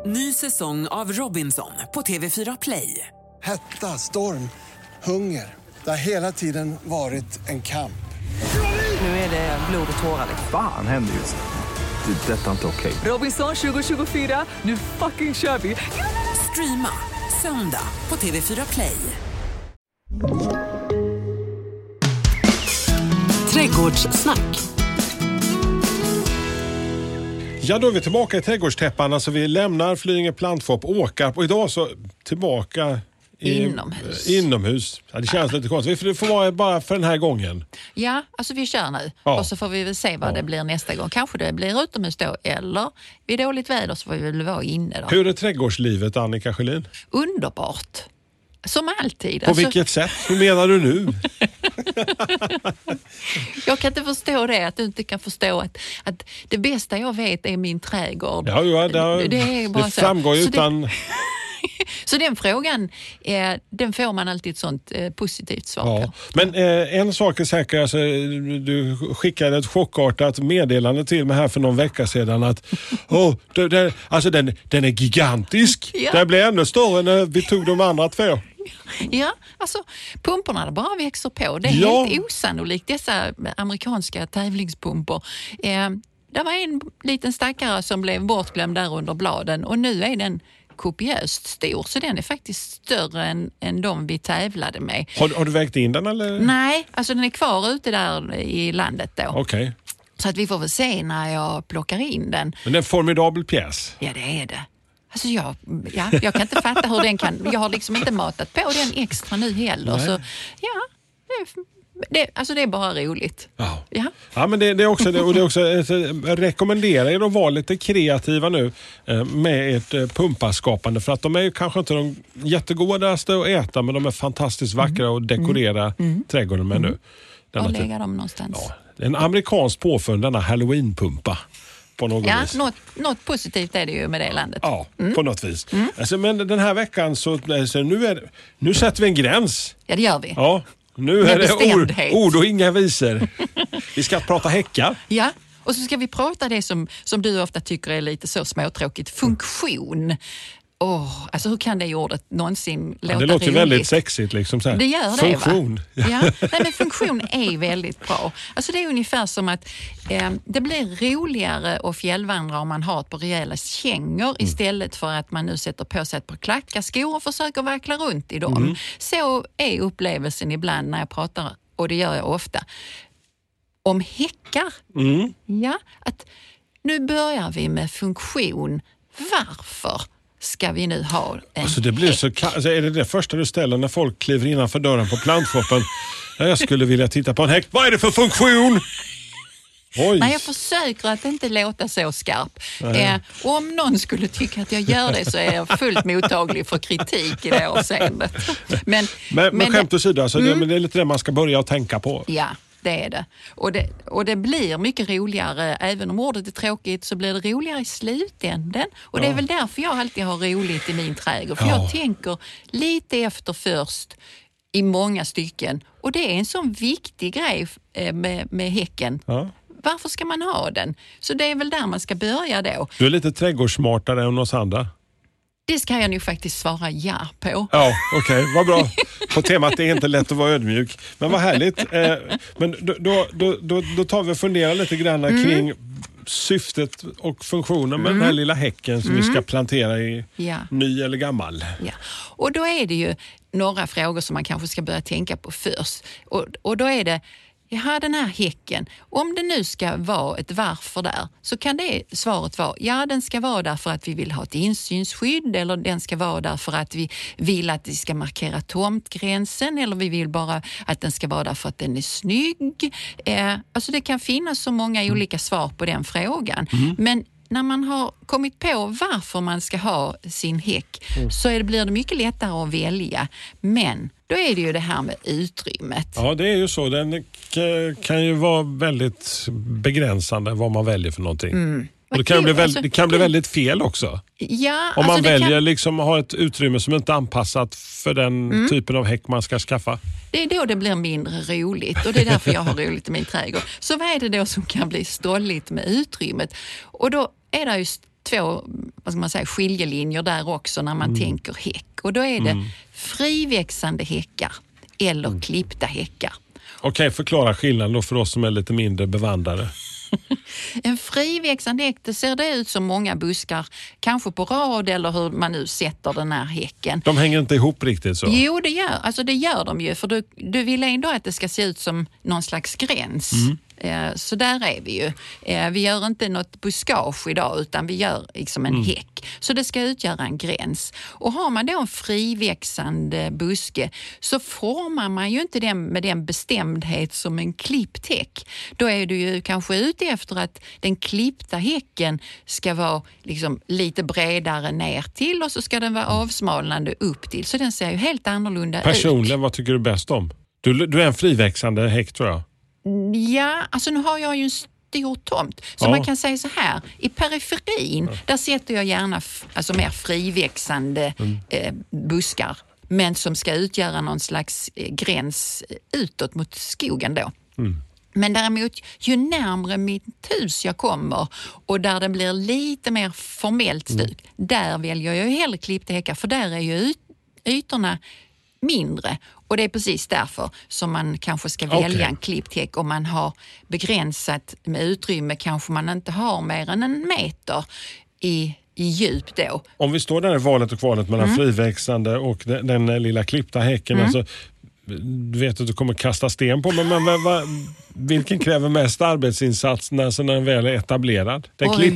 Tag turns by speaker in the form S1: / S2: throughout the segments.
S1: Ny säsong av Robinson på TV4 Play.
S2: Hetta, storm, hunger. Det har hela tiden varit en kamp.
S1: Nu är det blod och tårar.
S3: Fan händer just nu. Det. Detta är inte okej.
S1: Robinson 2024, nu fucking kör vi. Streama söndag på TV4 Play.
S4: Trädgårdssnack.
S5: Ja, då är vi tillbaka i trädgårdstäppan. Alltså vi lämnar Flyinge plantshop, Åkarp och idag så tillbaka inomhus. Ja, det känns lite konstigt. Det får vara bara för den här gången.
S4: Ja, alltså vi kör nu.
S5: Ja.
S4: Och så får vi väl se vad det blir nästa gång. Kanske det blir utomhus då, eller vid dåligt väder så får vi väl vara inne då.
S5: Hur är trädgårdslivet, Annika Sjölin?
S4: Underbart. Som alltid.
S5: På vilket sätt? Hur menar du nu?
S4: Jag kan inte förstå det, att du inte kan förstå att det bästa jag vet är min trädgård.
S5: Ja,
S4: det är bara
S5: det framgår ju
S4: så.
S5: utan...
S4: Så den frågan, den får man alltid ett sånt positivt svar på.
S5: Ja. Men en sak är säker, alltså, du skickade ett chockartat meddelande till mig här för någon vecka sedan att alltså den är gigantisk.
S4: Ja.
S5: Den blev ännu större när vi tog de andra två.
S4: Ja, alltså pumporna bara växer på. Det är helt osannolikt, dessa amerikanska tävlingspumpor. Det var en liten stackare som blev bortglömd där under bladen och nu är den kopiöst stor, så den är faktiskt större än de vi tävlade med.
S5: Har du vägt in den eller?
S4: Nej, alltså den är kvar ute där i landet då.
S5: Okej.
S4: Så att vi får väl se när jag plockar in den.
S5: Men det är en formidabel pjäs.
S4: Ja, det är det. Alltså jag kan inte fatta hur den kan... Jag har liksom inte matat på den extra nu heller.
S5: Nej.
S4: Så det är bara roligt.
S5: Ja, men det är också det, och det är också jag rekommenderar er att vara lite kreativa nu med ert pumpaskapande, för att de är ju kanske inte de jättegodaste att äta, men de är fantastiskt vackra att dekorera trädgården med nu.
S4: Var lägger de någonstans?
S5: Ja, en amerikansk påfund, denna Halloween-pumpa. På något vis.
S4: Något positivt är det ju med det landet.
S5: Ja, på något vis. Alltså, men den här veckan så nu sätter vi en gräns.
S4: Ja, det gör vi.
S5: Ja. Nu är det ord och inga visor. Vi ska prata häckar.
S4: Ja, och så ska vi prata det som du ofta tycker är lite så småtråkigt. Funktion. Alltså hur kan det ordet någonsin låta
S5: det låter
S4: roligt?
S5: Väldigt sexigt liksom så här.
S4: Det gör
S5: funktion.
S4: Det, va? Ja. Nej, men funktion är väldigt bra. Alltså det är ungefär som att det blir roligare att fjällvandra om man har ett par rejäla kängor istället för att man nu sätter på sig ett par klackarskor och försöker vackla runt i dem. Så är upplevelsen ibland när jag pratar, och det gör jag ofta, om häckar. Ja, att nu börjar vi med funktion. Varför ska vi nu ha en
S5: alltså det blir så alltså är det första du ställer när folk kliver innanför dörren på plantshoppen? Jag skulle vilja titta på en häck. Vad är det för funktion? Oj.
S4: Nej, jag försöker att inte låta så skarp. Om någon skulle tycka att jag gör det så är jag fullt mottaglig för kritik i det avseendet. Men
S5: skämt åsido, alltså, det är lite det man ska börja att tänka på.
S4: Ja, det är det. Och det blir mycket roligare, även om ordet är tråkigt så blir det roligare i slutänden. Och det är väl därför jag alltid har roligt i min trädgård. För jag tänker lite efter först i många stycken. Och det är en sån viktig grej med häcken. Ja. Varför ska man ha den? Så det är väl där man ska börja då.
S5: Du är lite trädgårdssmartare än oss andra.
S4: Det ska jag nu faktiskt svara ja på.
S5: Ja, okej, vad bra. På temat det är inte lätt att vara ödmjuk. Men vad härligt. Men då tar vi och funderar lite grann kring syftet och funktionen med den här lilla häcken som vi ska plantera i ny eller gammal. Ja.
S4: Och då är det ju några frågor som man kanske ska börja tänka på först. Och då är det, den här häcken, om det nu ska vara ett varför där, så kan det svaret vara, den ska vara där för att vi vill ha ett insynsskydd, eller den ska vara där för att vi vill att det ska markera tomtgränsen, eller vi vill bara att den ska vara där för att den är snygg. Alltså det kan finnas så många olika svar på den frågan. Men när man har kommit på varför man ska ha sin häck så blir det mycket lättare att välja. Men då är det ju det här med utrymmet.
S5: Ja, det är ju så. Den kan ju vara väldigt begränsande vad man väljer för någonting. Och det kan bli väldigt fel också.
S4: Ja,
S5: om man väljer liksom att ha ett utrymme som inte är anpassat för den typen av häck man ska skaffa.
S4: Det är då det blir mindre roligt, och det är därför jag har roligt i min trädgård. Så vad är det då som kan bli stolligt med utrymmet? Och då är det just två, vad ska man säga, skiljelinjer där också när man tänker häck. Och då är det friväxande häckar eller klippta häckar.
S5: Okej, förklara skillnaden då för oss som är lite mindre bevandrade.
S4: En friväxande häck, det ser det ut som många buskar, kanske på rad eller hur man nu sätter den här häcken.
S5: De hänger inte ihop riktigt så?
S4: Jo, det gör de ju, för du vill ändå att det ska se ut som någon slags gräns. Så där är vi ju. Vi gör inte något buskage idag, utan vi gör liksom en häck. Så det ska utgöra en gräns. Och har man då en friväxande buske så formar man ju inte den med den bestämdhet som en klippt häck. Då är du ju kanske ute efter att den klippta häcken ska vara liksom lite bredare ner till och så ska den vara avsmalnande upp till. Så den ser ju helt annorlunda ut.
S5: Personligen, vad tycker du bäst om? Du är en friväxande häck, tror jag.
S4: Ja, alltså nu har jag ju en stor tomt. Så man kan säga så här, i periferin, där sätter jag gärna alltså mer friväxande buskar. Men som ska utgöra någon slags gräns utåt mot skogen då. Men däremot, ju närmare mitt hus jag kommer och där det blir lite mer formellt stuk, där väljer jag ju hellre klippta häckar, för där är ju ytorna mindre. Och det är precis därför som man kanske ska välja en klippt häck. Om man har begränsat med utrymme, kanske man inte har mer än 1 meter i djup då.
S5: Om vi står där i valet och kvalet mellan friväxande och den lilla klippta häcken, alltså, du vet att du kommer kasta sten på, men vilken kräver mest arbetsinsats när den väl är etablerad?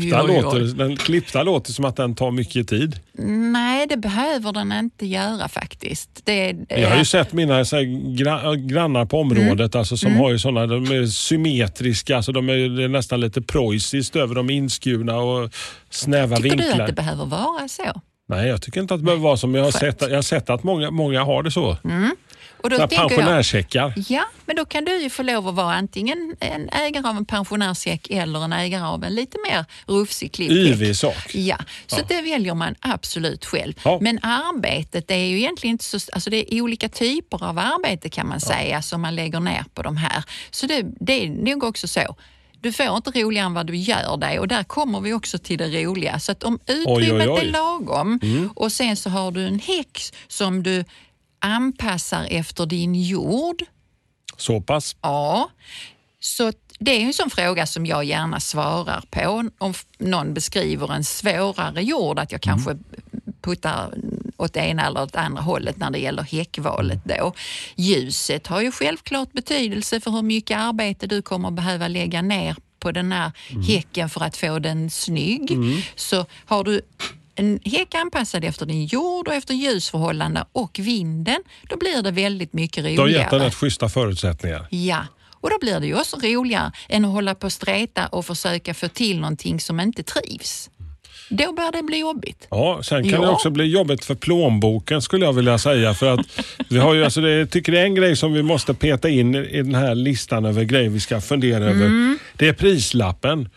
S5: Den klippta låter som att den tar mycket tid.
S4: Nej, det behöver den inte göra faktiskt.
S5: Jag har ju sett mina grannar på området alltså, som har ju sådana, de är symmetriska, alltså det är nästan lite preussiskt över de inskurna och snäva vinklar.
S4: Tycker du att det behöver vara så?
S5: Nej, jag tycker inte att det behöver vara som jag har sett att många har det så.
S4: Och då
S5: pensionärshäckar.
S4: Ja, men då kan du ju få lov att vara antingen en ägare av en pensionärshäck eller en ägare av en lite mer rufsig klipphäck.
S5: Yvig sak.
S4: Ja, så det väljer man absolut själv.
S5: Ja.
S4: Men arbetet är ju egentligen inte så... Alltså det är olika typer av arbete kan man säga som man lägger ner på de här. Så det är nog också så. Du får inte roligare än vad du gör dig, och där kommer vi också till det roliga. Så att om utrymmet är lagom och sen så har du en häck som du anpassar efter din jord.
S5: Så pass?
S4: Ja, så det är en sån fråga som jag gärna svarar på. Om någon beskriver en svårare jord, att jag kanske puttar åt det ena eller åt andra hållet när det gäller häckvalet då. Ljuset har ju självklart betydelse för hur mycket arbete du kommer behöva lägga ner på den här häcken för att få den snygg. Så har du en häck anpassad efter din jord och efter ljusförhållanden och vinden, då blir det väldigt mycket roligare.
S5: Då har gett den rätt schyssta förutsättningar.
S4: Ja, och då blir det ju också roligare än att hålla på och streta och försöka få till någonting som inte trivs. Då börjar det bli jobbigt.
S5: Ja, sen kan det också bli jobbigt för plånboken, skulle jag vilja säga. För att vi har ju, alltså jag tycker det är en grej som vi måste peta in i den här listan över grejer vi ska fundera över. Det är prislappen.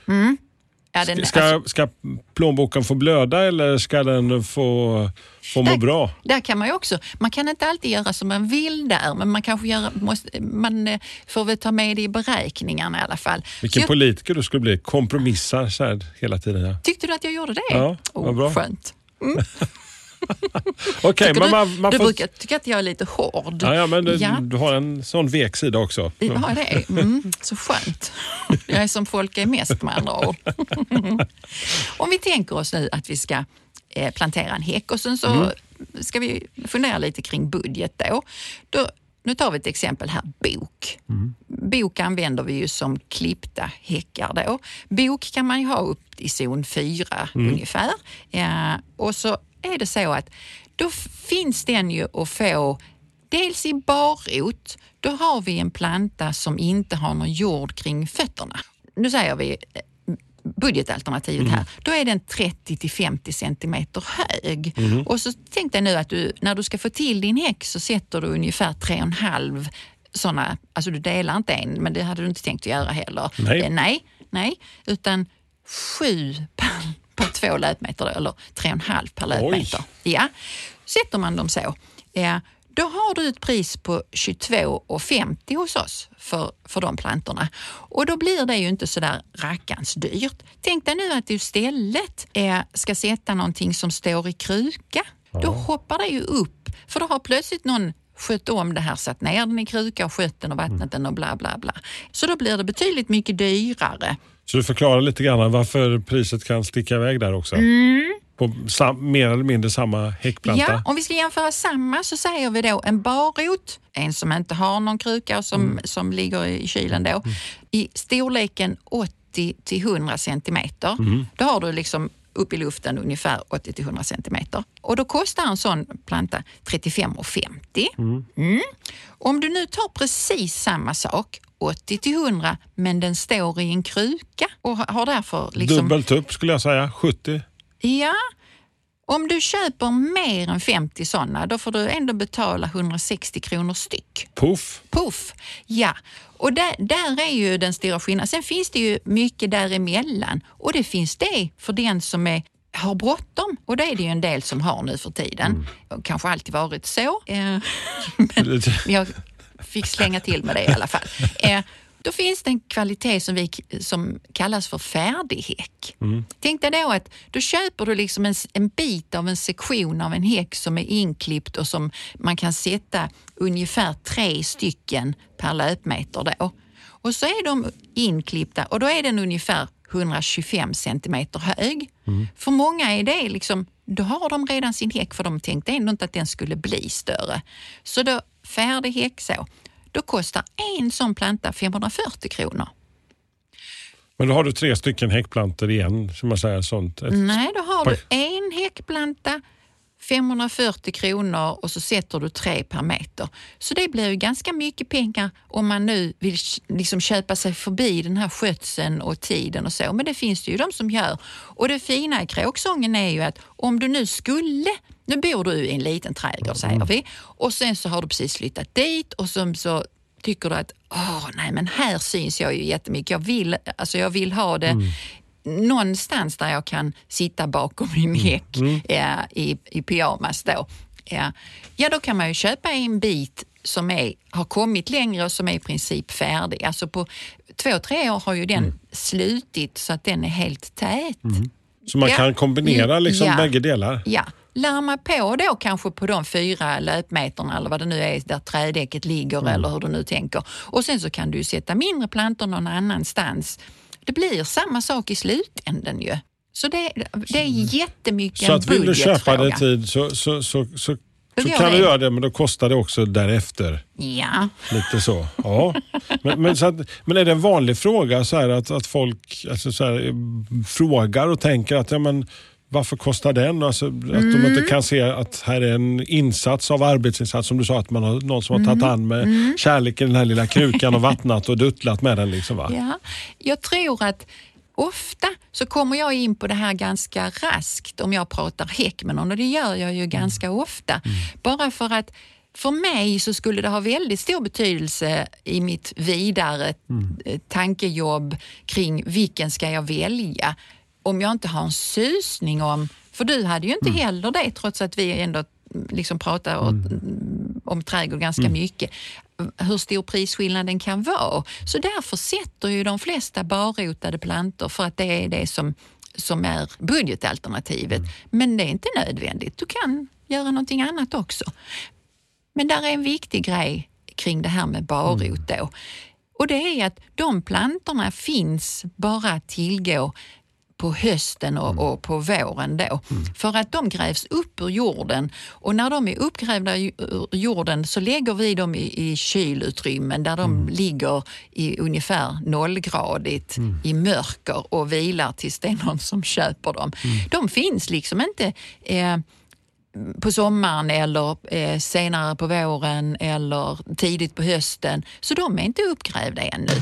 S5: Ja, ska plånboken få blöda eller ska den få må bra?
S4: Där kan man ju också, man kan inte alltid göra som man vill där, men man kanske man får väl ta med det i beräkningarna i alla fall.
S5: Vilken politiker du skulle bli, kompromissar så här hela tiden. Ja.
S4: Tyckte du att jag gjorde det?
S5: Ja, vad bra.
S4: Skönt.
S5: Okej, men man
S4: du
S5: får...
S4: brukar tycka att jag är lite hård.
S5: Ja, men du har en sån vek sida också.
S4: Ja, det är så skönt. Jag är som folk är mest med andra ord. Om vi tänker oss nu att vi ska plantera en häck och sen så ska vi fundera lite kring budget då. Nu tar vi ett exempel här, bok. Bok använder vi ju som klippta häckar då. Bok kan man ju ha upp i zon 4 ungefär. Och så är det så att då finns den ju att få dels i barrot. Då har vi en planta som inte har någon jord kring fötterna. Nu säger vi budgetalternativet här. Då är den 30-50 centimeter hög. Och så tänkte jag nu att när du ska få till din häck så sätter du ungefär 3,5 sådana, alltså du delar inte en, men det hade du inte tänkt att göra heller. Nej, utan 7 per 2 löpmeter eller 3,5 per löpmeter. Ja, sätter man dem så. Då har du ett pris på 22,50 hos oss för de plantorna. Och då blir det ju inte så där rackans dyrt. Tänk dig nu att du istället ska sätta någonting som står i kruka. Då hoppar det ju upp. För då har plötsligt någon skött om det här, satt ner den i kruka och skött den och vattnat den och bla bla bla. Så då blir det betydligt mycket dyrare.
S5: Så du förklarar lite grann varför priset kan sticka iväg där också? På mer eller mindre samma häckplanta?
S4: Ja, om vi ska jämföra samma så säger vi då en barrot, en som inte har någon kruka och som ligger i kylen då, i storleken 80-100 centimeter. Då har du liksom upp i luften ungefär 80-100 centimeter. Och då kostar en sån planta 35,50. Om du nu tar precis samma sak, 80-100, men den står i en kruka och har därför liksom...
S5: Dubbelt upp skulle jag säga, 70.
S4: Ja, om du köper mer än 50 sådana, då får du ändå betala 160 kronor styck.
S5: Puff.
S4: Ja, och där är ju den stora skillnaden. Sen finns det ju mycket däremellan. Och det finns det för den som har bråttom. Och det är det ju en del som har nu för tiden. Kanske alltid varit så. Men jag fick slänga till med det i alla fall. Då finns det en kvalitet som kallas för färdighäck. Tänk dig då att då köper du liksom en bit av en sektion av en häck som är inklippt och som man kan sätta ungefär 3 stycken per löpmeter då. Och så är de inklippta och då är den ungefär 125 centimeter hög. För många är det liksom, då har de redan sin häck för de tänkte ändå inte att den skulle bli större. Så då färdig häck så. Då kostar en sån planta 540 kronor.
S5: Men då har du 3 stycken häckplantor igen, som man säger sånt.
S4: Nej, då har du en häckplanta, 540 kronor och så sätter du 3 per meter. Så det blir ju ganska mycket pengar om man nu vill liksom köpa sig förbi den här skötseln och tiden och så. Men det finns det ju de som gör. Och det fina i kråksången är ju att om du nu nu bor du i en liten trädgård säger vi. Och sen så har du precis flyttat dit och så tycker du att nej men här syns jag ju jättemycket. Jag vill ha det någonstans där jag kan sitta bakom min häck i pyjamas då. Ja, då kan man ju köpa en bit som har kommit längre och som är i princip färdig. Alltså på 2-3 år har ju den slutit så att den är helt tät.
S5: Så man kan kombinera liksom bägge delar?
S4: Ja. Larma på då kanske på de 4 löpmeterna eller vad det nu är där trädäcket ligger eller hur du nu tänker. Och sen så kan du sätta mindre plantor någon annanstans. Det blir samma sak i slutänden ju. Så det är jättemycket en budgetfråga. Så att vill du köpa det tid så kan du göra det, men då kostar det också därefter. Ja.
S5: Lite så. Ja. Men är det en vanlig fråga så här att folk alltså så här, frågar och tänker att varför kostar den? Alltså, att de inte kan se att här är en insats av arbetsinsats som du sa, att man har någon som har tagit hand med kärlek i den här lilla krukan och vattnat och duttlat med den liksom, va?
S4: Ja, jag tror att ofta så kommer jag in på det här ganska raskt om jag pratar häck med någon, och det gör jag ju ganska ofta. Bara för att för mig så skulle det ha väldigt stor betydelse i mitt vidare tankejobb kring vilken ska jag välja. Om jag inte har en susning om, för du hade ju inte heller det trots att vi ändå liksom pratar om trädgård ganska mycket, hur stor prisskillnaden kan vara. Så därför sätter ju de flesta barrotade plantor för att det är det som är budgetalternativet. Men det är inte nödvändigt. Du kan göra någonting annat också. Men där är en viktig grej kring det här med barrot då. Och det är att de plantorna finns bara att tillgå på hösten och på våren då. För att de grävs upp ur jorden, och när de är uppgrävda ur jorden så lägger vi dem i kylutrymmen där de ligger i ungefär 0-gradigt i mörker och vilar tills det är någon som köper dem. De finns liksom inte på sommaren eller senare på våren eller tidigt på hösten, så de är inte uppgrävda ännu.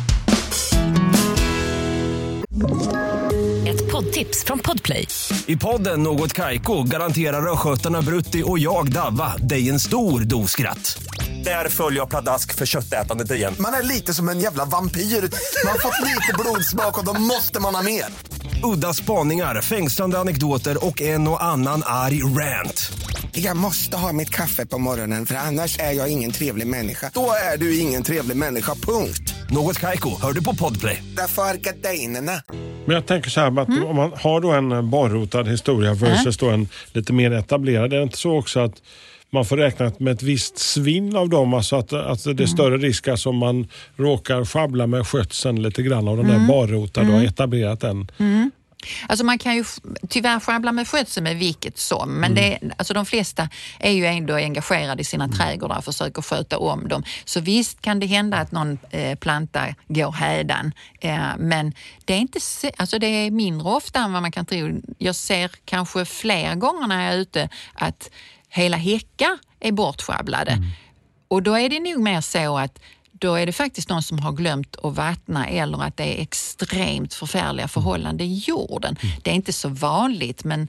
S6: Ett poddtips från Podplay.
S7: I podden Något Kaiko garanterar röskötarna Brutti och jag Davva dig en stor doskratt. Där följer jag pladask för köttätandet igen.
S8: Man är lite som en jävla vampyr. Man har fått lite blodsmak och då måste man ha mer.
S7: Udda spaningar, fängslande anekdoter och en och annan arg rant.
S9: Jag måste ha mitt kaffe på morgonen för annars är jag ingen trevlig människa.
S8: Då är du ingen trevlig människa, punkt.
S7: Något Kaiko, hör du på Podplay.
S9: Därför är gardinerna.
S5: Men jag tänker så här, att om man har då en barrotad historia versus då en lite mer etablerad, är det inte så också att man får räkna med ett visst svinn av dem, alltså att det är större risk som man råkar schabbla med skötseln lite grann av den där barrotade och har etablerat den.
S4: Alltså man kan ju tyvärr schabbla med skötsel med vilket som, men alltså de flesta är ju ändå engagerade i sina trädgårdar och försöker sköta om dem. Så visst kan det hända att någon planta går hädan, men det är inte, alltså det är mindre ofta än vad man kan tro. Jag ser kanske fler gånger när jag är ute att hela häckar är bortschabblade. Och då är det nog mer så att då är det faktiskt någon som har glömt att vattna eller att det är extremt förfärliga förhållanden i jorden. Det är inte så vanligt, men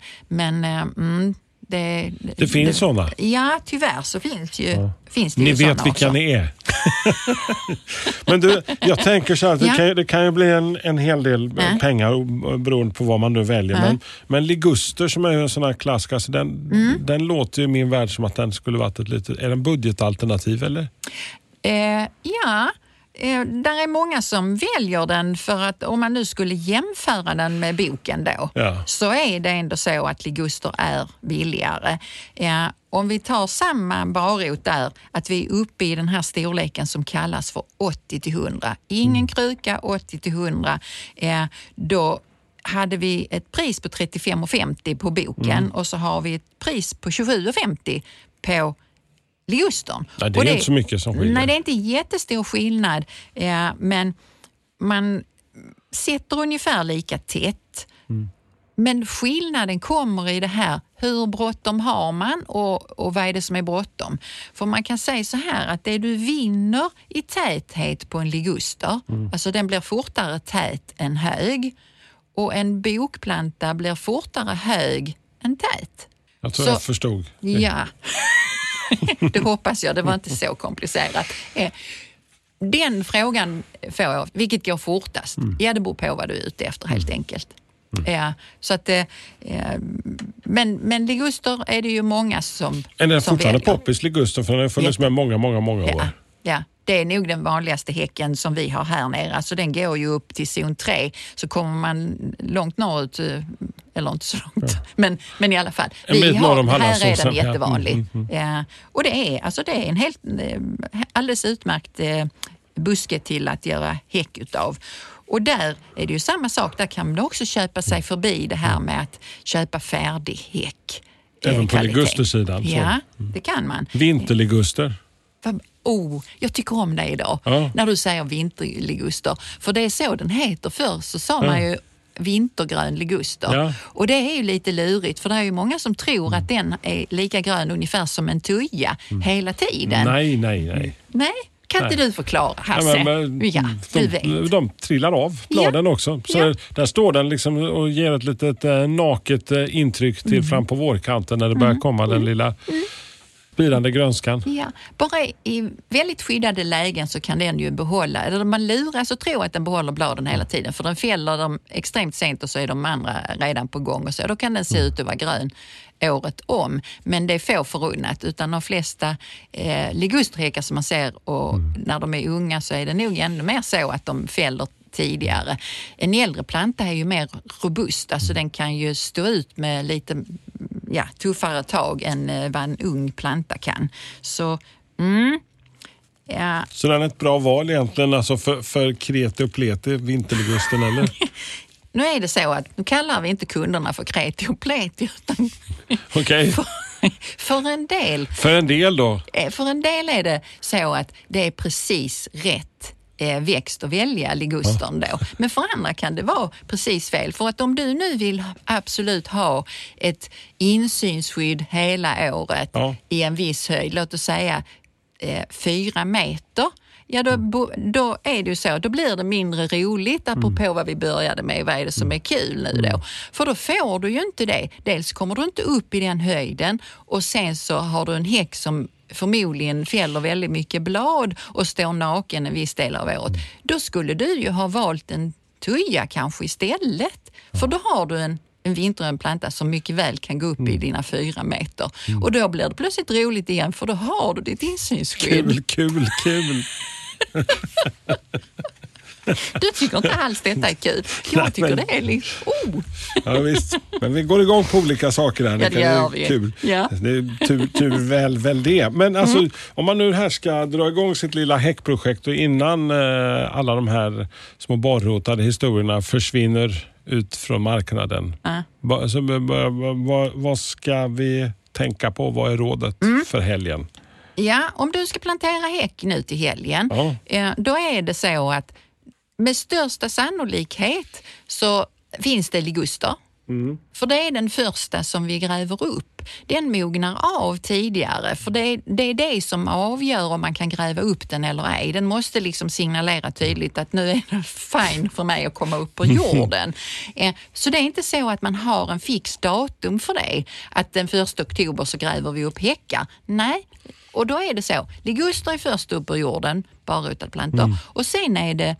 S4: det
S5: finns sådana.
S4: Ja, tyvärr så finns det
S5: ni
S4: ju sådana
S5: vet vilka
S4: också.
S5: ni är. Men du, jag tänker så här, det kan ju bli en hel del pengar beroende på vad man nu väljer. Men liguster som är en sån här klassisk, alltså den låter ju i min värld som att den skulle varit ett litet, är den budgetalternativ eller?
S4: Där är många som väljer den för att om man nu skulle jämföra den med boken då så är det ändå så att liguster är billigare. Om vi tar samma barrot där, att vi är uppe i den här storleken som kallas för 80-100. Ingen kruka, 80-100. Då hade vi ett pris på 35,50 på boken och så har vi ett pris på 27,50 på ligustern.
S5: Nej, det är inte så mycket som skiljer.
S4: Nej, det är inte jättestor skillnad. Men man sätter ungefär lika tätt. Men skillnaden kommer i det här, hur bråttom har man och vad är det som är bråttom? För man kan säga så här att det du vinner i täthet på en liguster, alltså den blir fortare tät än hög, och en bokplanta blir fortare hög än tät.
S5: Jag tror jag förstod.
S4: Ja. Det hoppas jag, det var inte så komplicerat. Den frågan får jag, vilket går fortast? Ja, det beror på vad du är ute efter helt enkelt. Så att, men liguster är det ju många som
S5: är den
S4: som
S5: fortfarande
S4: väljer.
S5: poppis liguster för den har funnits med många år?
S4: Ja, det är nog den vanligaste häcken som vi har här nere. Alltså den går ju upp till zon 3, så kommer man långt norrut, eller inte så långt, men i alla fall. Här är den jättevanlig. Och det är en helt alldeles utmärkt buske till att göra häck utav. Och där är det ju samma sak, där kan man också köpa sig förbi det här med att köpa färdig häck.
S5: Även på ligustersidan?
S4: Ja, det kan man.
S5: Vinterliguster?
S4: Jag tycker om det idag när du säger vinterliguster. För det är så den heter. Förr så sa man ju vintergrön liguster. Ja. Och det är ju lite lurigt, för det är ju många som tror att den är lika grön ungefär som en tuja hela tiden.
S5: Nej.
S4: Nej? Kan inte du förklara, Hasse? Du vet.
S5: De trillar av bladen också. Så där står den liksom och ger ett litet naket intryck till fram på vårkanten när det börjar komma den lilla spirande grönskan.
S4: Ja, bara i väldigt skyddade lägen så kan den ju behålla, eller man luras och tror att den behåller bladen hela tiden, för den fäller dem extremt sent och så är de andra redan på gång och så. Då kan den se ut att vara grön året om, men det är få förunnat, utan de flesta ligusterhäckar som man ser, och när de är unga så är det nog ännu mer så att de fäller tidigare. En äldre planta är ju mer robust, alltså den kan ju stå ut med lite tuffare tag än vad en ung planta kan. Så
S5: Så den är ett bra val egentligen, alltså för kreti och pleti, vinterligusten, eller?
S4: Nu är det så att nu kallar vi inte kunderna för kreti och pleti, utan
S5: Okej.
S4: för en del.
S5: För en del då?
S4: För en del är det så att det är precis rätt växt att välja ligustern då. Men för andra kan det vara precis fel. För att om du nu vill absolut ha ett insynsskydd hela året i en viss höjd, låt oss säga 4 meter, då är det ju så. Då blir det mindre roligt, apropå vad vi började med. Vad är det som är kul nu då? För då får du ju inte det. Dels kommer du inte upp i den höjden, och sen så har du en häck som förmodligen fäller väldigt mycket blad och står naken en viss del av året. Då skulle du ju ha valt en tuja kanske istället. För då har du en en vintergrön planta som mycket väl kan gå upp i dina 4 meter. Och då blir det plötsligt roligt igen, för då har du ditt insynsskydd.
S5: Kul.
S4: Du tycker inte alls detta är kul. Jag tycker det är lite...
S5: Ja, visst. Men vi går igång på olika saker här.
S4: Ja, det gör vi.
S5: Kul.
S4: Ja.
S5: Det är tur väl det. Men alltså, om man nu här ska dra igång sitt lilla häckprojekt och innan alla de här små barrotade historierna försvinner ut från marknaden. Vad ska vi tänka på? Vad är rådet för helgen?
S4: Ja, om du ska plantera häck nu till helgen, då är det så att med största sannolikhet så finns det liguster. För det är den första som vi gräver upp. Den mognar av tidigare, för det är det som avgör om man kan gräva upp den eller ej. Den måste liksom signalera tydligt att nu är det fine för mig att komma upp på jorden. Så det är inte så att man har en fix datum för det. Att den 1 oktober så gräver vi upp häckar. Nej. Och då är det så. Liguster är först upp på jorden, barrotade plantor. Och sen är det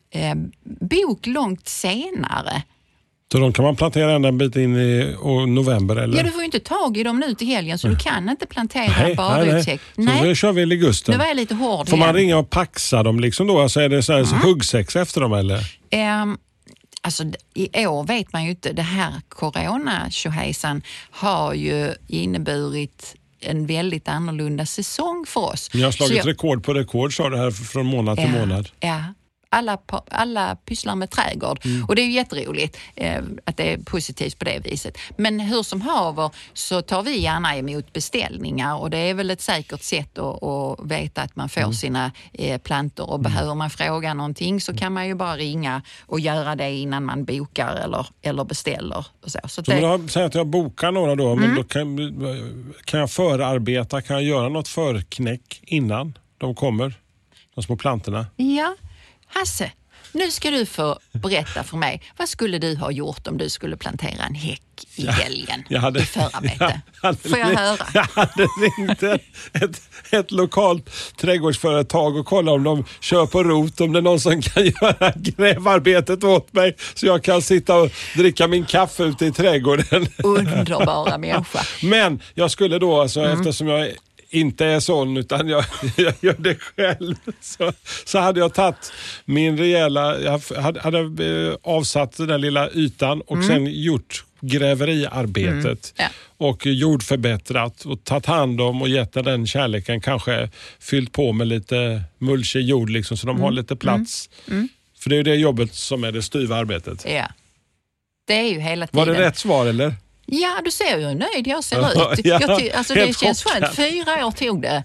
S4: bok långt senare.
S5: Så de kan man plantera en bit in i november eller?
S4: Ja, du får ju inte tag i dem nu till helgen, så du kan inte plantera barrotshäck.
S5: Nej. Så då kör vi ligusten.
S4: Nu var jag lite hård.
S5: Får man ringa och paxa dem liksom då? Alltså är det så här huggsex efter dem eller?
S4: Alltså i år vet man ju inte. Det här corona-tjohejsan har ju inneburit en väldigt annorlunda säsong för oss.
S5: Ni har slagit rekord på rekord, sa det här från månad till månad.
S4: Ja. Alla pysslar med trädgård. Och det är ju jätteroligt att det är positivt på det viset. Men hur som haver så tar vi gärna emot beställningar, och det är väl ett säkert sätt att veta att man får sina plantor, och behöver man fråga någonting så kan man ju bara ringa och göra det innan man bokar eller beställer. Och så
S5: säg att jag bokar några då, men då kan jag förarbeta, kan jag göra något förknäck innan de kommer, de små plantorna?
S4: Ja. Hasse, nu ska du få berätta för mig. Vad skulle du ha gjort om du skulle plantera en häck i helgen i förarbete? Får jag höra?
S5: Jag hade ringt ett lokalt trädgårdsföretag och kolla om de kör på rot, om det är någon som kan göra grävarbetet åt mig så jag kan sitta och dricka min kaffe ute i trädgården.
S4: Underbara människa.
S5: Men jag skulle då, alltså, eftersom jag inte är sån utan jag gör det själv, så hade jag tagit min rejäla, jag hade avsatt den lilla ytan och sen gjort gräveriarbetet och jordförbättrat och tagit hand om och gett den kärleken, kanske fyllt på med lite mulchig jord liksom, så de har lite plats. För det är ju det jobbet som är det styva arbetet.
S4: Ja, det är ju hela tiden.
S5: Var det rätt svar eller?
S4: Ja, du ser ju hur nöjd jag ser ut. Alltså det känns skönt. 4 år tog det.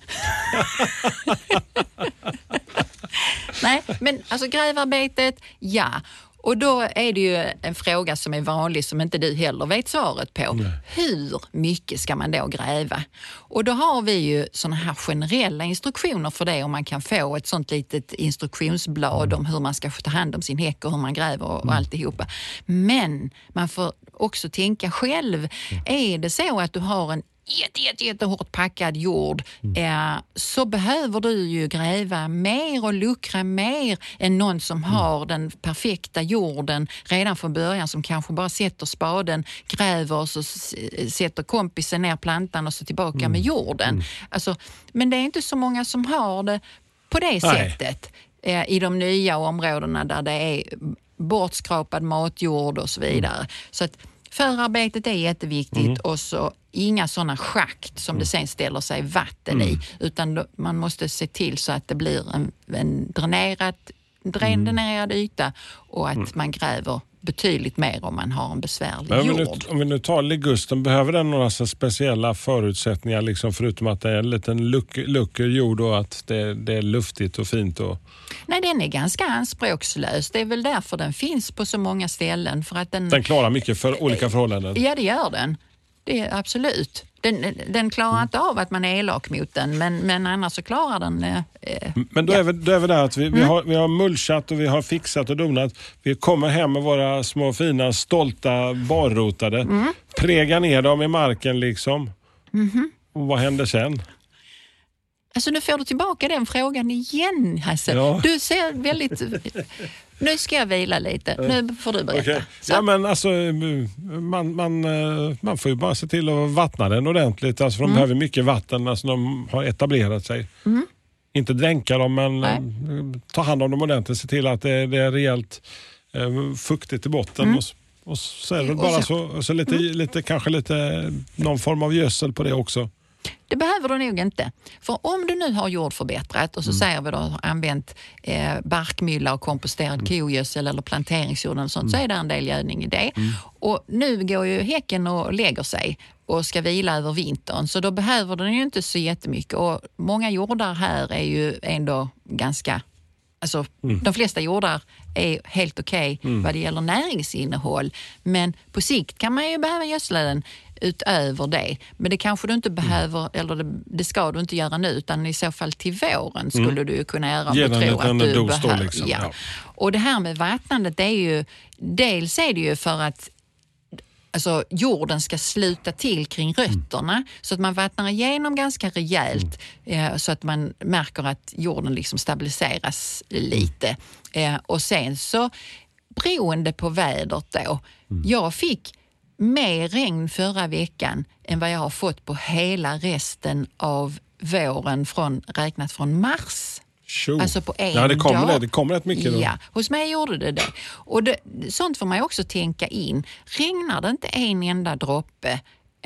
S4: Nej, men alltså grävarbetet, ja. Och då är det ju en fråga som är vanlig som inte du heller vet svaret på. Nej. Hur mycket ska man då gräva? Och då har vi ju såna här generella instruktioner för det, och man kan få ett sånt litet instruktionsblad om hur man ska ta hand om sin häck och hur man gräver och alltihopa. Men man får också tänka själv. Är det så att du har en jättehårt packad jord, så behöver du ju gräva mer och luckra mer än någon som har den perfekta jorden redan från början, som kanske bara sätter spaden, gräver och så sätter kompisen ner plantan och så tillbaka med jorden. Alltså, men det är inte så många som har det på det sättet i de nya områdena där det är bortskrapad matjord och så vidare. Så att förarbetet är jätteviktigt, och så inga sådana schakt som det sen ställer sig vatten i, utan man måste se till så att det blir en dränerad yta, och att man gräver betydligt mer om man har en besvärlig jord.
S5: Om vi nu tar ligusten, behöver den några så speciella förutsättningar liksom, förutom att det är en liten lucker jord och att det är luftigt och fint? Nej,
S4: den är ganska anspråkslös. Det är väl därför den finns på så många ställen. För att den
S5: klarar mycket för olika förhållanden?
S4: Ja, det gör den. Det är absolut. Den klarar inte av att man är elak mot den, men annars så klarar den...
S5: Men då är vi där att vi har mulchat och vi har fixat och donat. Vi kommer hem med våra små fina, stolta barrotade. Prägar ner dem i marken liksom. Och vad händer sen?
S4: Alltså nu får du tillbaka den frågan igen, Hasse. Ja. Du ser väldigt Nu ska jag vila lite. Nu får du berätta.
S5: Okay. Ja, men alltså, man får ju bara se till att vattna den ordentligt. Alltså, för de behöver mycket vatten. Alltså, de har etablerat sig. Inte dränka dem, men ta hand om dem ordentligt. Se till att det är rejält fuktigt i botten. Och så är det bara så lite, kanske lite någon form av gödsel på det också.
S4: Det behöver du nog inte. För om du nu har jordförbättrat och så säger vi då har använt barkmylla och komposterad kogödsel eller planteringsjord och sånt, så är det en del gödning i det. Och nu går ju häcken och lägger sig och ska vila över vintern, så då behöver den ju inte så jättemycket. Och många jordar här är ju ändå ganska... Alltså, de flesta jordar är helt okej vad det gäller näringsinnehåll. Men på sikt kan man ju behöva gödsla den utöver det. Men det kanske du inte behöver, eller det ska du inte göra nu, utan i så fall till våren skulle du ju kunna göra om du tror att du behöver.
S5: Liksom.
S4: Ja. Och det här med vattnandet, det är ju, dels är det ju för att alltså, jorden ska sluta till kring rötterna, så att man vattnar igenom ganska rejält så att man märker att jorden liksom stabiliseras lite. Och sen så, beroende på vädret då, jag fick mer regn förra veckan än vad jag har fått på hela resten av våren räknat från mars.
S5: Sure.
S4: Alltså på en dag.
S5: Det kommer rätt mycket då.
S4: Ja, hos mig gjorde det. Och sånt får man ju också tänka in. Regnar det inte en enda droppe,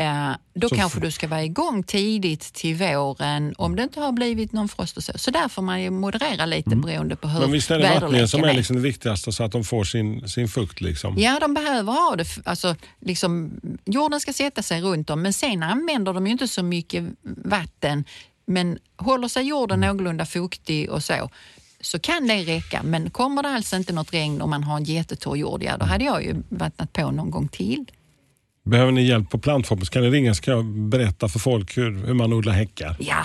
S4: då så kanske du ska vara igång tidigt till våren om det inte har blivit någon frost och så. Så där får man ju moderera lite beroende på hur väderleken är.
S5: Men visst är det vattnet som är liksom det viktigaste, så att de får sin fukt liksom?
S4: Ja, de behöver ha det. Alltså, liksom, jorden ska sätta sig runt om, men sen använder de ju inte så mycket vatten. Men håller sig jorden någorlunda fuktig och så kan det räcka. Men kommer det alltså inte något regn om man har en jättetorr jord, då hade jag ju vattnat på någon gång till.
S5: Behöver ni hjälp på plantform, så kan ni ringa, ska jag berätta för folk hur man odlar häckar.
S4: Ja.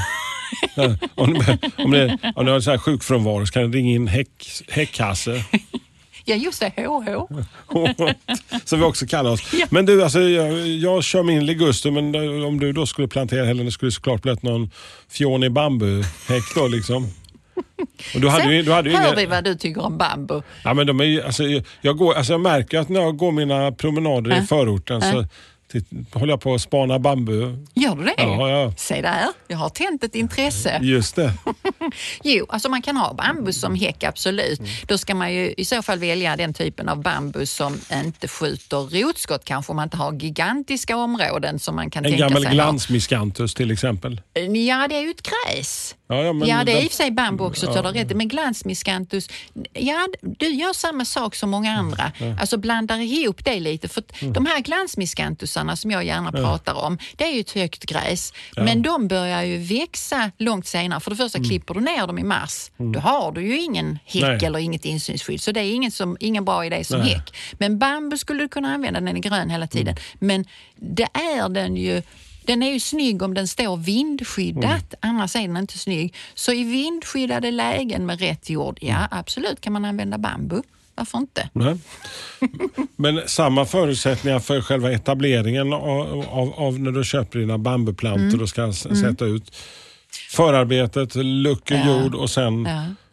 S5: Om ni har så här sjukfrånvaro, så kan ni ringa in häckkasse.
S4: Ja, just det, HH.
S5: Som vi också kallar oss. Ja. Men du, alltså, jag kör min ligustum, men om du då skulle plantera Helen, skulle skulle såklart blivit någon fjonig bambuhäck då liksom. Och du hade
S4: hör vi vad du tycker om bambu.
S5: Ja, men de är ju, alltså, jag märker att när jag går mina promenader i förorten så håller jag på att spana bambu.
S4: Gör du det?
S5: Ja.
S4: Se där, jag har tänt ett intresse.
S5: Just det.
S4: Jo, alltså man kan ha bambu som häck, absolut. Då ska man ju i så fall välja den typen av bambu som inte skjuter rotskott, kanske om man inte har gigantiska områden som man kan tänka sig.
S5: En gammal glansmiscanthus till exempel.
S4: Ja, det är ju ett gräs.
S5: Ja,
S4: det är i och för sig bambu också, så du rätt. Men glansmiscanthus, du gör samma sak som många andra. Alltså blandar ihop det lite. För de här glansmiscanthusarna som jag gärna pratar om, det är ju ett högt gräs. Men de börjar ju växa långt senare. För det första klipper du ner dem i mars. Då har du ju ingen häck eller inget insynsskydd. Så det är ingen bra idé som häck. Men bambu skulle du kunna använda, den är grön hela tiden. Men det är den ju... Den är ju snygg om den står vindskyddat, annars är den inte snygg. Så i vindskyddade lägen med rätt jord, ja absolut kan man använda bambu. Varför inte?
S5: Nej. Men samma förutsättningar för själva etableringen av när du köper dina bambuplantor och ska sätta ut förarbetet, lucka jord och sen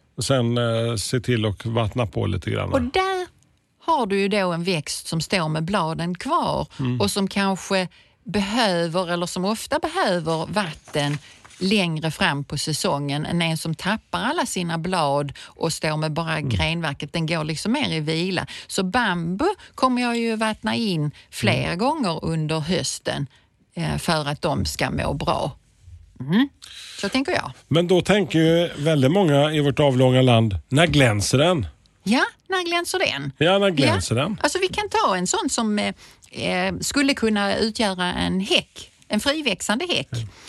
S5: se till och vattna på lite grann.
S4: Och där har du ju då en växt som står med bladen kvar och som kanske behöver, eller som ofta behöver vatten längre fram på säsongen än en som tappar alla sina blad och står med bara grenverket. Den går liksom mer i vila. Så bambu kommer jag ju vattna in flera gånger under hösten för att de ska må bra. Så tänker jag.
S5: Men då tänker ju väldigt många i vårt avlånga land, när glänser den?
S4: Ja, när glänser den?
S5: Ja, när glänser den?
S4: Alltså vi kan ta en sån som skulle kunna utgöra en häck, en friväxande häck.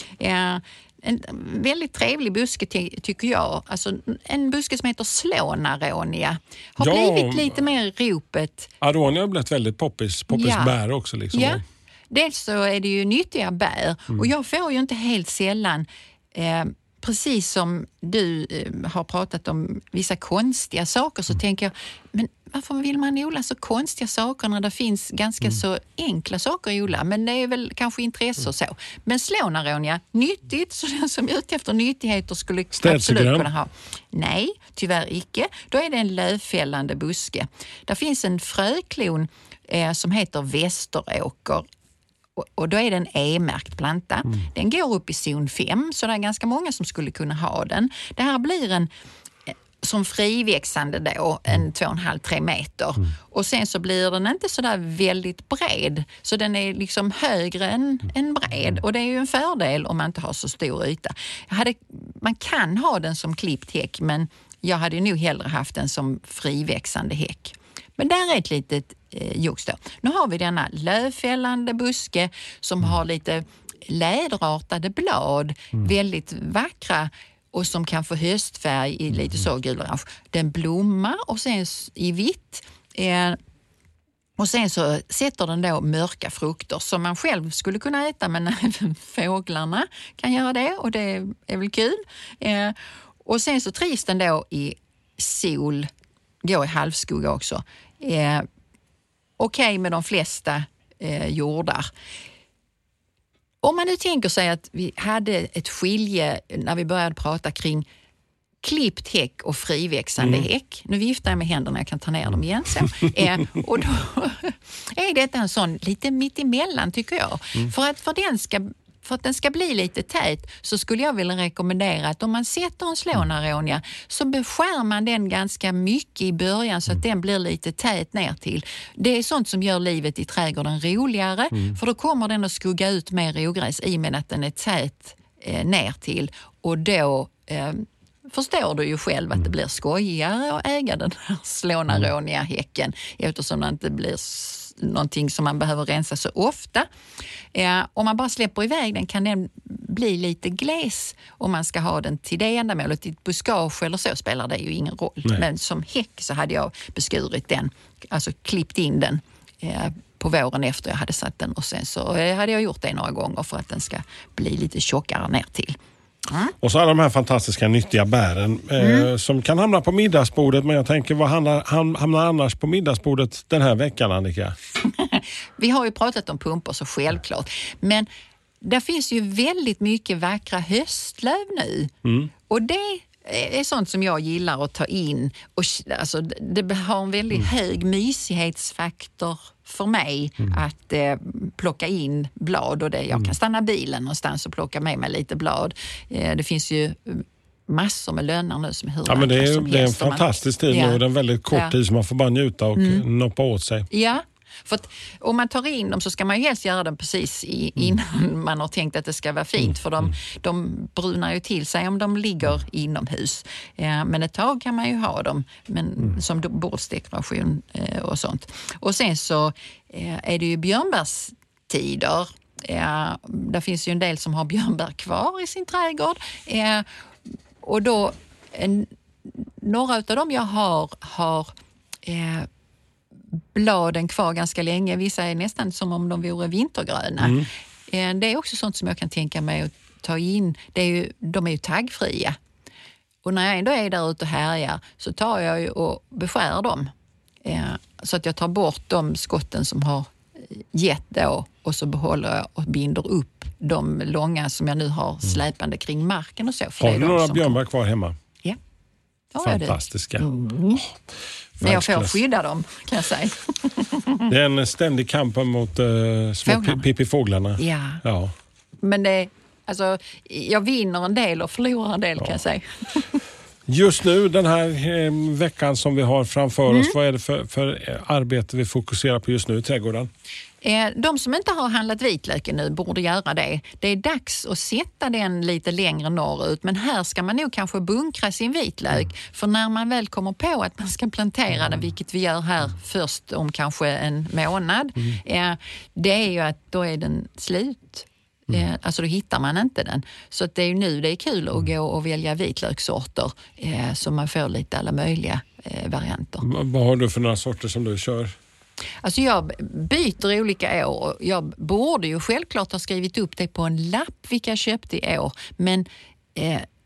S4: En väldigt trevlig buske tycker jag. Alltså en buske som heter slånaronia. Har blivit lite mer ropet.
S5: Aronia har blivit väldigt poppis bär också. Liksom.
S4: Ja, dels så är det ju nyttiga bär. Och jag får ju inte helt sällan precis som du har pratat om vissa konstiga saker, så tänker jag, men varför vill man odla så konstiga saker när det finns ganska så enkla saker att odla? Men det är väl kanske intresse och så. Men slånaronia, nyttigt, så den som är ute efter nyttigheter skulle absolut kunna ha. Nej, tyvärr icke. Då är det en lövfällande buske. Där finns en fröklon som heter Västeråker. Och då är det en E-märkt planta. Den går upp i zon 5, så det är ganska många som skulle kunna ha den. Det här blir en som friväxande då, en 2,5-3 meter. Och sen så blir den inte så där väldigt bred. Så den är liksom högre än bred. Och det är ju en fördel om man inte har så stor yta. Man kan ha den som klippt häck, men jag hade nog hellre haft den som friväxande häck. Men där är ett litet jox då. Nu har vi denna lövfällande buske som har lite läderartade blad, väldigt vackra, och som kan få höstfärg i lite så gul-orange. Den blommar och sen i vitt. Och sen så sätter den då mörka frukter som man själv skulle kunna äta, men även fåglarna kan göra det, och det är väl kul. Och sen så trivs den då i sol, går i halvskugga också. Okej med de flesta jordar. Om man nu tänker sig att vi hade ett skilje när vi började prata kring klippt häck och friväxande häck. Nu viftar jag med händerna, jag kan ta ner dem igen. Så. Och då är detta en sån lite mittemellan, tycker jag. För att den ska bli lite tät, så skulle jag vilja rekommendera att om man sätter en slånaronia, så beskär man den ganska mycket i början så att den blir lite tät ner till. Det är sånt som gör livet i trädgården roligare, för då kommer den att skugga ut mer ogräs i med att den är tät ner till, och då förstår du ju själv att det blir skojigare att äga den här slånaronia-häcken, eftersom det inte blir någonting som man behöver rensa så ofta. Om man bara släpper iväg den kan den bli lite gles om man ska ha den till det ändamålet. I ett buskage eller så spelar det ju ingen roll. Nej. Men som häck så hade jag beskurit den, alltså klippt in den på våren efter jag hade satt den, och sen så hade jag gjort det några gånger för att den ska bli lite tjockare ner till.
S5: Och så är de här fantastiska nyttiga bären som kan hamna på middagsbordet, men jag tänker, vad hamnar annars på middagsbordet den här veckan, Annika?
S4: Vi har ju pratat om pumpor, så självklart. Men det finns ju väldigt mycket vackra höstlöv nu. Och det är sånt som jag gillar att ta in. Och, alltså, det har en väldigt hög mysighetsfaktor för mig att plocka in blad, och jag kan stanna bilen någonstans och plocka med mig lite blad. Det finns ju massor med lönnar nu som är hur
S5: men det är en fantastisk tid nu, och det är en väldigt kort tid som man får bara njuta och noppa åt sig.
S4: Ja. För att om man tar in dem så ska man ju helst göra dem precis innan man har tänkt att det ska vara fint. För de brunar ju till sig om de ligger inomhus. Men ett tag kan man ju ha dem som bordsdekoration och sånt. Och sen så är det ju björnbärstider. Där finns ju en del som har björnbär kvar i sin trädgård. Och då, några av dem jag har bladen kvar ganska länge. Vissa är nästan som om de vore vintergröna. Det är också sånt som jag kan tänka mig att ta in. De är ju taggfria. Och när jag ändå är där ute och härjar så tar jag ju och beskär dem. Så att jag tar bort de skotten som har gett då, och så behåller jag och binder upp de långa som jag nu har släpande kring marken och så.
S5: Har du några björnbär kvar hemma?
S4: Ja.
S5: Fantastiska.
S4: Men jag får skydda dem, kan jag säga.
S5: Det är en ständig kamp mot små pippifåglarna. Ja.
S4: Men jag vinner en del och förlorar en del, kan jag säga.
S5: Just nu, den här veckan som vi har framför oss, vad är det för arbete vi fokuserar på just nu i trädgården?
S4: De som inte har handlat vitlöken nu borde göra det. Det är dags att sätta den lite längre norrut, men här ska man nog kanske bunkra sin vitlök. För när man väl kommer på att man ska plantera den, vilket vi gör här först om kanske en månad, det är ju att då är den slut. Alltså då hittar man inte den. Så att det är ju nu det är kul att gå och välja vitlökssorter så man får lite alla möjliga varianter.
S5: Vad har du för några sorter som du kör?
S4: Alltså jag byter olika år. Jag borde ju självklart ha skrivit upp det på en lapp vilka jag köpte i år. Men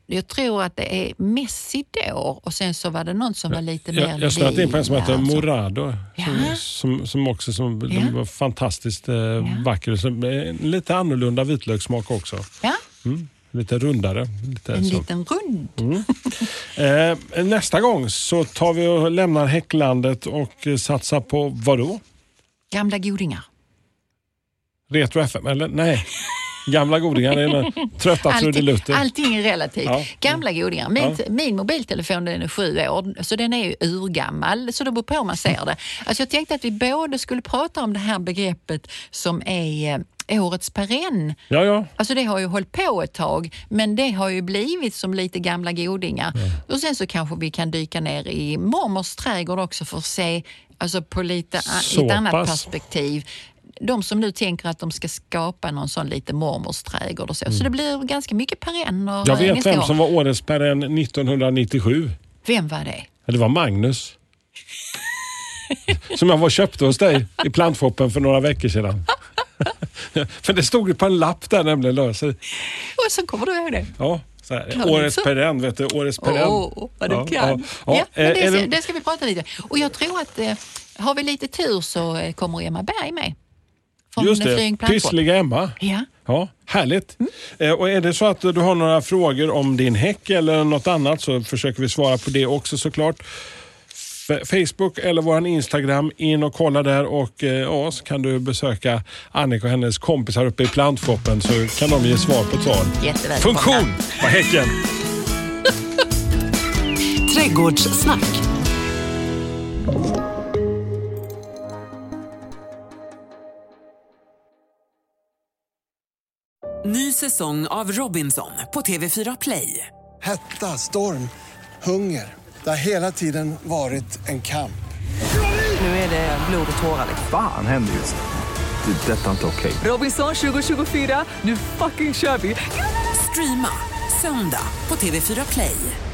S4: Jag tror att det är Messi då och sen så var det någon som var lite mer
S5: Jag snöt in på en som heter
S4: alltså.
S5: Morado som också de var fantastiskt vacker. Lite annorlunda vitlökssmak också.
S4: Ja.
S5: Lite rundare.
S4: Liten rund.
S5: Nästa gång så tar vi och lämnar häcklandet och satsar på vad då?
S4: Gamla godingar.
S5: Retro FM, eller? Nej. Gamla godingar, eller trötta trudelutter.
S4: Allting är relativt.
S5: Ja.
S4: Gamla godingar. Min mobiltelefon den är 7 år, så den är ju urgammal, så det beror på hur man ser det. Alltså jag tänkte att vi både skulle prata om det här begreppet som är årets perenn.
S5: Ja.
S4: Alltså det har ju hållit på ett tag, men det har ju blivit som lite gamla godingar. Och sen så kanske vi kan dyka ner i mormors trädgård också för att se alltså på lite ett annat perspektiv. De som nu tänker att de ska skapa någon sån lite mormors trädgård och så. Så det blir ganska mycket perenner.
S5: Jag vet vem som var årets perenn 1997.
S4: Vem var det?
S5: Det var Magnus. Som jag var köpte hos dig i plantshoppen för några veckor sedan. För det stod ju på en lapp där nämligen. Och
S4: så kommer du ihåg det?
S5: Ja. Årets perenn, vet du, årets perenn.
S4: Vad du kan. Ja, men det ska vi prata lite. Och jag tror att har vi lite tur så kommer Emma Berg med.
S5: Just det, pyssliga Emma. Ja, härligt. Och är det så att du har några frågor om din häck eller något annat så försöker vi svara på det också såklart. Facebook eller våran Instagram, in och kolla där och så kan du besöka Annika och hennes kompisar uppe i plantshoppen så kan de ge svar på tal. Funktion på häcken!
S6: Trädgårdssnack.
S1: Ny säsong av Robinson på TV4 Play.
S2: Hetta, storm, hunger. Det har hela tiden varit en kamp.
S1: Nu är det blod och tårar.
S3: Fan händer just det. Det är detta inte okej.
S1: Robinson 2024, nu fucking kör vi. Streama söndag på TV4 Play.